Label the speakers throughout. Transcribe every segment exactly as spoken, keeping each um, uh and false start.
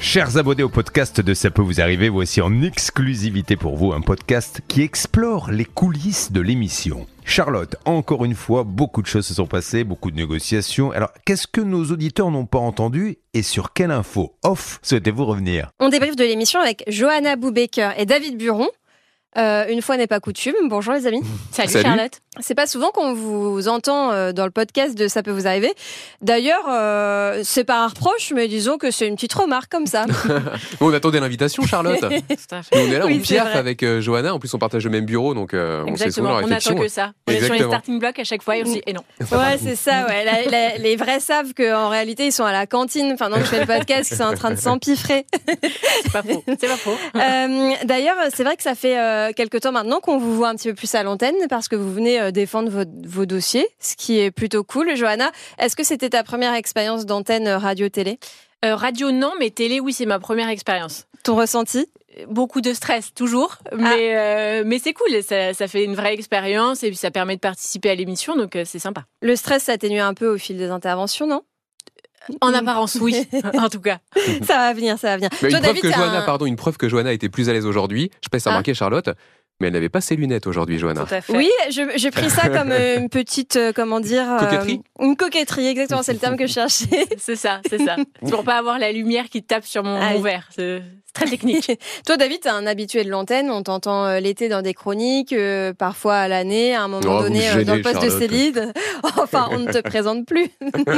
Speaker 1: Chers abonnés au podcast de Ça peut vous arriver, voici en exclusivité pour vous un podcast qui explore les coulisses de l'émission. Charlotte, encore une fois, beaucoup de choses se sont passées, beaucoup de négociations. Alors, qu'est-ce que nos auditeurs n'ont pas entendu et sur quelle info off souhaitez-vous revenir ?
Speaker 2: On débriefe de l'émission avec Johanna Boubaker et David Buron. Euh, une fois n'est pas coutume. Bonjour les amis.
Speaker 3: Salut,
Speaker 4: Salut.
Speaker 3: Charlotte.
Speaker 2: C'est pas souvent qu'on vous entend euh, dans le podcast de Ça peut vous arriver. D'ailleurs, euh, c'est pas un reproche, mais disons que c'est une petite remarque comme ça.
Speaker 4: On attendait l'invitation, Charlotte. Nous, on est là,
Speaker 2: Oui,
Speaker 4: on
Speaker 2: c'est
Speaker 4: piaffe
Speaker 2: vrai.
Speaker 4: avec euh, Johanna. En plus, on partage le même bureau, donc euh, on sait souvent
Speaker 3: Exactement,
Speaker 4: leur
Speaker 3: on
Speaker 4: réflexion.
Speaker 3: attend que ça. On est sur les
Speaker 4: Exactement.
Speaker 3: starting blocks à chaque fois et on se dit, et non.
Speaker 2: Ouais, c'est ça. Ouais. La- la- les vrais savent qu'en réalité, ils sont à la cantine pendant que je fais le podcast, ils sont en train de s'empiffrer.
Speaker 3: C'est pas faux. C'est pas faux.
Speaker 2: Euh, D'ailleurs, c'est vrai que ça fait euh, quelque temps maintenant qu'on vous voit un petit peu plus à l'antenne parce que vous venez euh, défendre vos, vos dossiers, ce qui est plutôt cool. Johanna, est-ce que c'était ta première expérience d'antenne euh, radio-télé ?
Speaker 3: Euh, radio, non, mais télé, oui, c'est ma première expérience.
Speaker 2: Ton ressenti ?
Speaker 3: Beaucoup de stress, toujours. Mais, euh, mais c'est cool. Ça, ça fait une vraie expérience et puis ça permet de participer à l'émission, donc euh, c'est sympa.
Speaker 2: Le stress s'atténue un peu au fil des interventions, non ?
Speaker 3: En apparence, oui, en tout cas.
Speaker 2: Ça va venir, ça va venir.
Speaker 4: Mais
Speaker 2: Toi,
Speaker 4: une preuve
Speaker 2: David,
Speaker 4: que
Speaker 2: t'as
Speaker 4: Johanna,
Speaker 2: un-
Speaker 4: pardon, une preuve que Johanna était plus à l'aise aujourd'hui. Je sais pas si t'as
Speaker 2: Ah.
Speaker 4: remarqué, Charlotte, mais elle n'avait pas ses lunettes aujourd'hui, Johanna.
Speaker 3: Tout à fait.
Speaker 2: Oui, je- j'ai pris ça comme euh, une petite, euh, comment dire... euh,
Speaker 4: Coquetterie
Speaker 2: Une coquetterie, exactement, c'est le terme que je cherchais.
Speaker 3: C'est ça, c'est ça. C'est pour pas avoir la lumière qui tape sur mon,
Speaker 2: Ah
Speaker 3: mon
Speaker 2: oui.
Speaker 3: verre. C'est c'est très technique.
Speaker 2: Toi, David, t'es un habitué de l'antenne. On t'entend euh, l'été dans des chroniques, euh, parfois à l'année, à un moment
Speaker 4: Oh, vous
Speaker 2: donné
Speaker 4: me
Speaker 2: euh,
Speaker 4: gênez,
Speaker 2: dans le poste
Speaker 4: Charlotte.
Speaker 2: de Célide. Enfin, on ne te présente plus.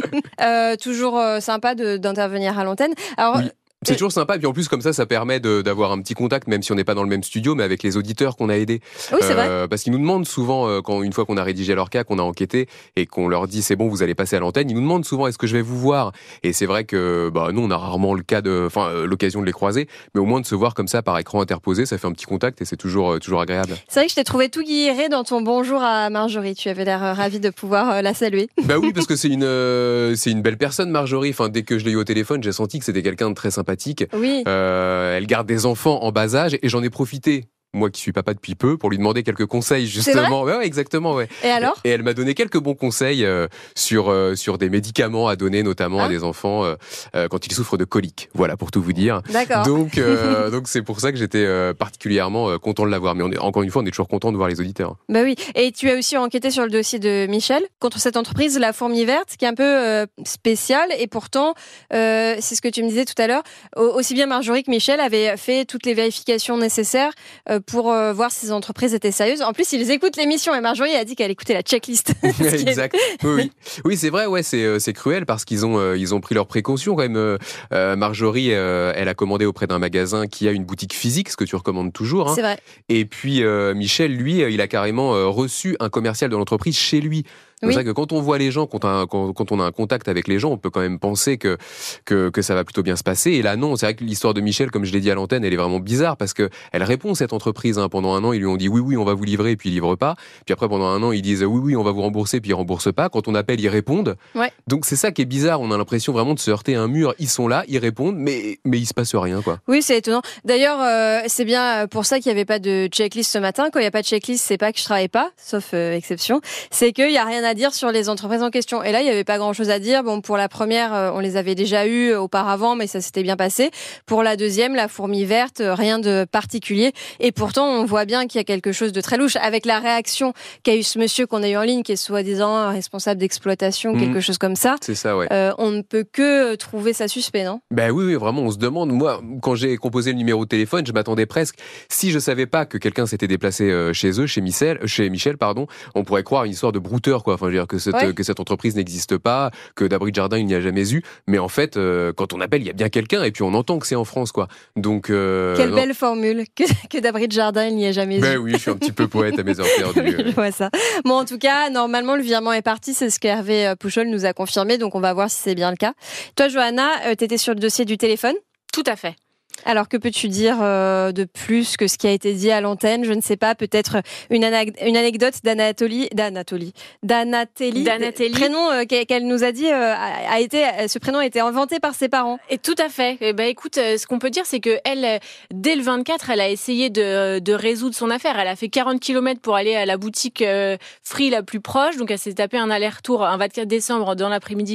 Speaker 2: Euh, toujours euh, sympa de- d'intervenir à l'antenne. Alors,
Speaker 4: Oui. C'est toujours sympa, et puis en plus comme ça, ça permet de- d'avoir un petit contact, même si on n'est pas dans le même studio, mais avec les auditeurs qu'on a aidés.
Speaker 2: oui, c'est vrai.
Speaker 4: Euh, Parce qu'ils nous demandent souvent, euh, quand une fois qu'on a rédigé leur cas, qu'on a enquêté, et qu'on leur dit c'est bon, vous allez passer à l'antenne, ils nous demandent souvent est-ce que je vais vous voir. Et c'est vrai que bah, nous, on a rarement le cas de, enfin, euh, l'occasion de les croiser, mais au moins de se voir comme ça par écran interposé, ça fait un petit contact et c'est toujours, euh, toujours agréable.
Speaker 2: C'est vrai que je t'ai trouvé tout guilleré dans ton bonjour à Marjorie. Tu avais l'air euh, ravie de pouvoir euh, la saluer.
Speaker 4: Bah oui, parce que c'est une, euh, c'est une belle personne, Marjorie. Enfin, dès que je l'ai eu au téléphone, j'ai senti que c'était quelqu'un de très sympathique.
Speaker 2: Oui.
Speaker 4: Euh, elle garde des enfants en bas âge et j'en ai profité, moi qui suis papa depuis peu, pour lui demander quelques conseils justement. Ouais, ouais, exactement, ouais.
Speaker 2: Et alors ?
Speaker 4: Et elle m'a donné quelques bons conseils euh, sur euh, sur des médicaments à donner notamment
Speaker 2: Ah.
Speaker 4: à des enfants euh, euh, quand ils souffrent de coliques. Voilà, pour tout vous dire.
Speaker 2: D'accord.
Speaker 4: Donc euh, donc c'est pour ça que j'étais euh, particulièrement euh, content de l'avoir. Mais on est, encore une fois, on est toujours content de voir les auditeurs.
Speaker 2: Bah oui. Et tu as aussi enquêté sur le dossier de Michel contre cette entreprise, la Fourmi Verte, qui est un peu euh, spéciale. Et pourtant, euh, c'est ce que tu me disais tout à l'heure, au- aussi bien Marjorie que Michel avaient fait toutes les vérifications nécessaires euh, pour euh, voir si ces entreprises étaient sérieuses. En plus, ils écoutent l'émission et Marjorie a dit qu'elle écoutait la checklist. Ce qui est-
Speaker 4: Exact. Oui, oui. Oui, c'est vrai. Ouais, c'est euh, c'est cruel parce qu'ils ont euh, ils ont pris leurs précautions quand même. Euh, euh, Marjorie, euh, elle a commandé auprès d'un magasin qui a une boutique physique, ce que tu recommandes toujours. Hein.
Speaker 2: C'est vrai.
Speaker 4: Et puis euh, Michel, lui, euh, il a carrément euh, reçu un commercial de l'entreprise chez lui. C'est
Speaker 2: Oui.
Speaker 4: vrai que quand on voit les gens, quand, un- quand, quand on a un contact avec les gens, on peut quand même penser que, que, que ça va plutôt bien se passer. Et là, non, c'est vrai que l'histoire de Michel, comme je l'ai dit à l'antenne, elle est vraiment bizarre parce que elle répond, cette entreprise. Hein. Pendant un an, ils lui ont dit oui, oui, on va vous livrer, et puis ils livrent pas. Puis après, pendant un an, ils disent oui, oui, on va vous rembourser, puis ils remboursent pas. Quand on appelle, ils répondent.
Speaker 2: Ouais.
Speaker 4: Donc c'est ça qui est bizarre. On a l'impression vraiment de se heurter à un mur. Ils sont là, ils répondent, mais, mais il se passe rien, quoi.
Speaker 2: Oui, c'est étonnant. D'ailleurs, euh, c'est bien pour ça qu'il n'y avait pas de checklist ce matin. Quand il n'y a pas de checklist, c'est pas que je travaille pas, sauf euh, exception. C'est qu'il n'y a rien à dire sur les entreprises en question. Et là, il n'y avait pas grand-chose à dire. Bon, pour la première, euh, on les avait déjà eues auparavant, mais ça s'était bien passé. Pour la deuxième, la Fourmi Verte, euh, rien de particulier. Et pourtant, on voit bien qu'il y a quelque chose de très louche. Avec la réaction qu'a eu ce monsieur qu'on a eu en ligne, qui est soi-disant responsable d'exploitation,
Speaker 4: Mhm.
Speaker 2: quelque chose comme ça,
Speaker 4: C'est ça, ouais.
Speaker 2: euh, on ne peut que trouver ça suspect, non ?
Speaker 4: Ben oui, oui, vraiment, on se demande. Moi, quand j'ai composé le numéro de téléphone, je m'attendais presque. Si je savais pas que quelqu'un s'était déplacé euh, chez eux, chez Michel, chez Michel, pardon, on pourrait croire une histoire de brouteur, quoi. Enfin, je veux dire que cette,
Speaker 2: Ouais.
Speaker 4: que cette entreprise n'existe pas, que d'abri de jardin il n'y a jamais eu. Mais en fait, euh, quand on appelle, il y a bien quelqu'un, et puis on entend que c'est en France, quoi. Donc. Euh,
Speaker 2: Quelle
Speaker 4: non.
Speaker 2: belle formule, que, que d'abri de jardin, il n'y a jamais eu.
Speaker 4: Ben oui, je suis un petit peu poète à mes heures perdues.
Speaker 2: Oui, je vois ça. Bon, en tout cas, normalement, le virement est parti. C'est ce qu'Hervé Pouchol nous a confirmé. Donc, on va voir si c'est bien le cas. Toi, Johanna, euh, t'étais sur le dossier du téléphone.
Speaker 3: Tout à fait.
Speaker 2: Alors, que peux-tu dire euh, de plus que ce qui a été dit à l'antenne ? Je ne sais pas, peut-être une, anag- une anecdote d'Anatolie, d'Anatolie, d'Anatélie,
Speaker 3: D'Anatélie.
Speaker 2: prénom euh, qu'elle qu'elle nous a dit, euh, a a été, ce prénom a été inventé par ses parents.
Speaker 3: Et tout à fait. Eh ben, écoute, euh, ce qu'on peut dire, c'est que elle, euh, dès le vingt-quatre, elle a essayé de, de résoudre son affaire. Elle a fait quarante kilomètres pour aller à la boutique euh, Free la plus proche. Donc, elle s'est tapé un aller-retour un vingt-quatre décembre dans l'après-midi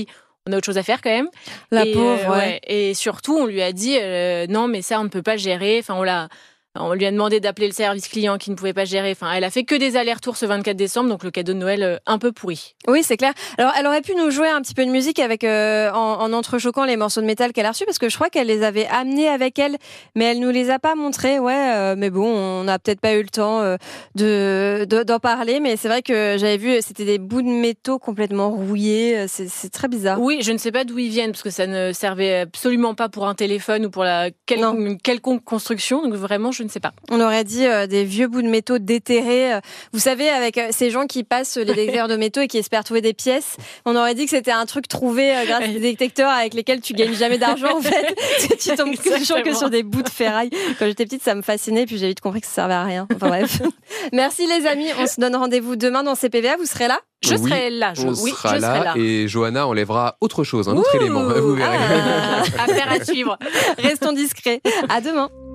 Speaker 3: on a autre chose à faire quand même.
Speaker 2: La
Speaker 3: et,
Speaker 2: pauvre,
Speaker 3: euh,
Speaker 2: ouais.
Speaker 3: ouais. Et surtout, on lui a dit, euh, non, mais ça, on ne peut pas gérer. Enfin, on l'a... On lui a demandé d'appeler le service client qui ne pouvait pas gérer. Enfin, elle a fait que des allers-retours ce vingt-quatre décembre, donc le cadeau de Noël euh, un peu pourri.
Speaker 2: Oui, c'est clair. Alors, elle aurait pu nous jouer un petit peu de musique avec euh, en, en entrechoquant les morceaux de métal qu'elle a reçus, parce que je crois qu'elle les avait amenés avec elle, mais elle nous les a pas montrés. Ouais, euh, mais bon, on n'a peut-être pas eu le temps euh, de, de d'en parler. Mais c'est vrai que j'avais vu, c'était des bouts de métaux complètement rouillés. C'est, c'est très bizarre.
Speaker 3: Oui, je ne sais pas d'où ils viennent, parce que ça ne servait absolument pas pour un téléphone ou pour la quel, une quelconque construction. Donc vraiment, je ne sais pas.
Speaker 2: On aurait dit euh, des vieux bouts de métaux déterrés. Euh, vous savez, avec euh, ces gens qui passent les détecteurs de métaux et qui espèrent trouver des pièces, on aurait dit que c'était un truc trouvé euh, grâce à des détecteurs avec lesquels tu gagnes jamais d'argent en fait. tu tombes toujours que sur des bouts de ferraille. Quand j'étais petite, ça me fascinait, puis j'ai vite compris que ça servait à rien. Enfin bref. Merci les amis, on se donne rendez-vous demain dans C P V A. Vous serez là ?
Speaker 3: Je
Speaker 4: oui,
Speaker 3: serai là. Je,
Speaker 4: on
Speaker 3: oui,
Speaker 4: sera
Speaker 3: je
Speaker 4: là,
Speaker 3: serai là.
Speaker 4: Et Johanna enlèvera autre chose, un autre
Speaker 3: Ouh,
Speaker 4: élément. Vous verrez.
Speaker 3: Ah, affaire à suivre.
Speaker 2: Restons discrets. À demain.